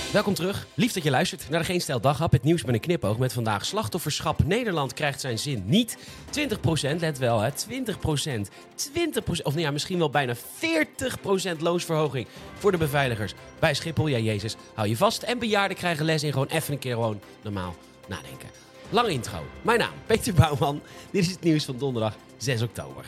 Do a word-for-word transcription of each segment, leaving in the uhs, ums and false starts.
Welkom terug. Lief dat je luistert naar de Geen Stijl Daghap. Het nieuws met een knipoog met vandaag slachtofferschap. Nederland krijgt zijn zin niet. twintig procent, let wel hè, twintig procent. twintig procent, of nou ja, misschien wel bijna veertig procent loonsverhoging voor de beveiligers bij Schiphol. Ja, Jezus, hou je vast. En bejaarden krijgen les in gewoon even een keer gewoon normaal nadenken. Lange intro. Mijn naam, Peter Bouwman. Dit is het nieuws van donderdag zes oktober.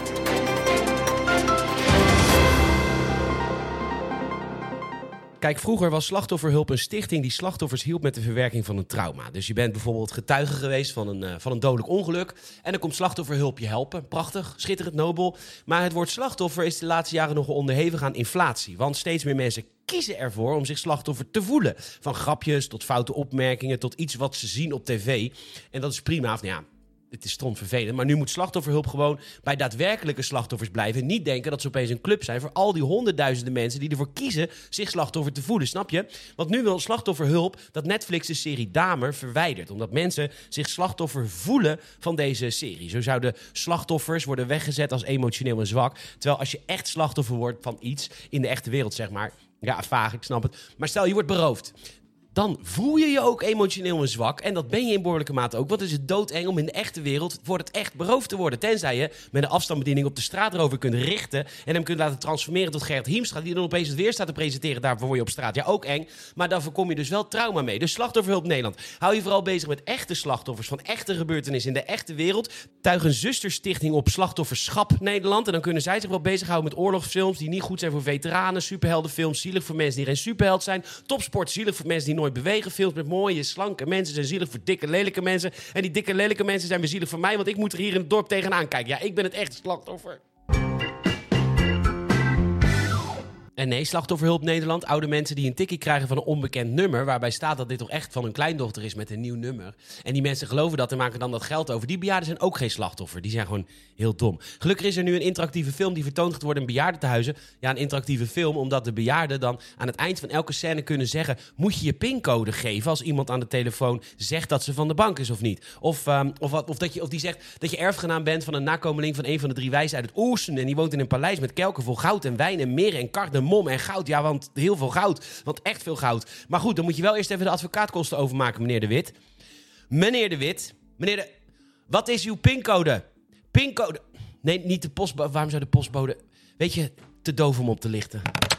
Kijk, vroeger was Slachtofferhulp een stichting die slachtoffers hielp met de verwerking van een trauma. Dus je bent bijvoorbeeld getuige geweest van een, uh, van een dodelijk ongeluk en dan komt Slachtofferhulp je helpen. Prachtig, schitterend, nobel. Maar het woord slachtoffer is de laatste jaren nogal onderhevig aan inflatie. Want steeds meer mensen kiezen ervoor om zich slachtoffer te voelen. Van grapjes tot foute opmerkingen tot iets wat ze zien op tv. En dat is prima, of nou ja... Het is strontvervelend, maar nu moet Slachtofferhulp gewoon bij daadwerkelijke slachtoffers blijven. En niet denken dat ze opeens een club zijn voor al die honderdduizenden mensen die ervoor kiezen zich slachtoffer te voelen, snap je? Want nu wil Slachtofferhulp dat Netflix de serie Dahmer verwijdert. Omdat mensen zich slachtoffer voelen van deze serie. Zo zouden slachtoffers worden weggezet als emotioneel en zwak. Terwijl als je echt slachtoffer wordt van iets in de echte wereld, zeg maar. Ja, vaag, ik snap het. Maar stel, je wordt beroofd. Dan voel je je ook emotioneel en zwak. En dat ben je in behoorlijke mate ook. Want het is doodeng om in de echte wereld voor het echt beroofd te worden. Tenzij je met een afstandsbediening op de straatrover kunt richten. En hem kunt laten transformeren tot Gerrit Hiemstra. Die dan opeens het weer staat te presenteren. Daarvoor word je op straat. Ja, ook eng. Maar dan voorkom je dus wel trauma mee. Dus Slachtofferhulp Nederland. Hou je vooral bezig met echte slachtoffers van echte gebeurtenissen in de echte wereld. Tuig een zusterstichting op Slachtofferschap Nederland. En dan kunnen zij zich wel bezighouden met oorlogsfilms die niet goed zijn voor veteranen. Superheldenfilms, zielig voor mensen die geen superheld zijn. Topsport, zielig voor mensen die nooit bewegen. Films met mooie, slanke mensen zijn zielig voor dikke, lelijke mensen. En die dikke, lelijke mensen zijn weer zielig voor mij, want ik moet er hier in het dorp tegenaan kijken. Ja, ik ben het echte slachtoffer. En nee, Slachtofferhulp Nederland, oude mensen die een tikkie krijgen van een onbekend nummer, waarbij staat dat dit toch echt van hun kleindochter is met een nieuw nummer. En die mensen geloven dat en maken dan dat geld over. Die bejaarden zijn ook geen slachtoffer, die zijn gewoon heel dom. Gelukkig is er nu een interactieve film die vertoond gaat worden in bejaardentehuizen. Ja, een interactieve film, omdat de bejaarden dan aan het eind van elke scène kunnen zeggen, moet je je pincode geven als iemand aan de telefoon zegt dat ze van de bank is of niet. Of, um, of, wat, of, dat je, of die zegt dat je erfgenaam bent van een nakomeling van een van de drie wijzen uit het oosten en die woont in een paleis met kelken vol goud en wijn en meren en karten. Mom en goud. Ja, want heel veel goud. Want echt veel goud. Maar goed, dan moet je wel eerst even de advocaatkosten overmaken, meneer De Wit. Meneer De Wit. Meneer De... Wat is uw pincode? Pincode... Nee, niet de postbode. Waarom zou de postbode... Weet je, te doof om op te lichten.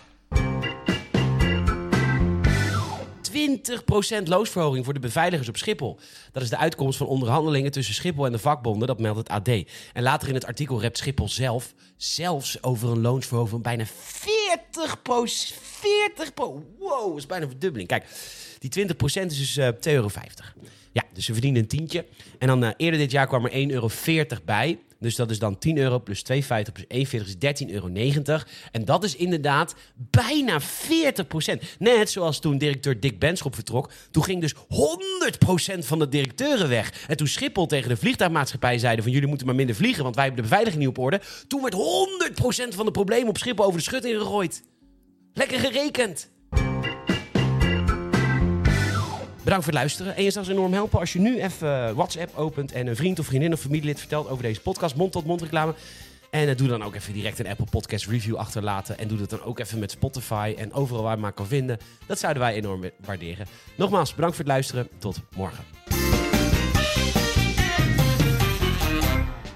twintig procent loonsverhoging voor de beveiligers op Schiphol. Dat is de uitkomst van onderhandelingen tussen Schiphol en de vakbonden, dat meldt het A D. En later in het artikel rept Schiphol zelf zelfs over een loonsverhoging van bijna veertig procent. veertig procent. Wow, dat is bijna een verdubbeling. Kijk, die twintig procent is dus uh, twee euro vijftig. Ja, dus ze verdienen een tientje. En dan uh, eerder dit jaar kwam er één euro veertig bij. Dus dat is dan tien euro plus twee euro vijftig plus één euro veertig is dertien euro negentig. En dat is inderdaad bijna veertig procent. Net zoals toen directeur Dick Benschop vertrok. Toen ging dus honderd procent van de directeuren weg. En toen Schiphol tegen de vliegtuigmaatschappij zeiden van jullie moeten maar minder vliegen, want wij hebben de beveiliging niet op orde. Toen werd honderd procent van de problemen op Schiphol over de schut ingegooid. Lekker gerekend. Bedankt voor het luisteren. En je zou ons enorm helpen als je nu even WhatsApp opent en een vriend of vriendin of familielid vertelt over deze podcast. Mond-tot-mond reclame. En uh, doe dan ook even direct een Apple Podcast review achterlaten. En doe dat dan ook even met Spotify en overal waar je maar kan vinden. Dat zouden wij enorm waarderen. Nogmaals, bedankt voor het luisteren. Tot morgen.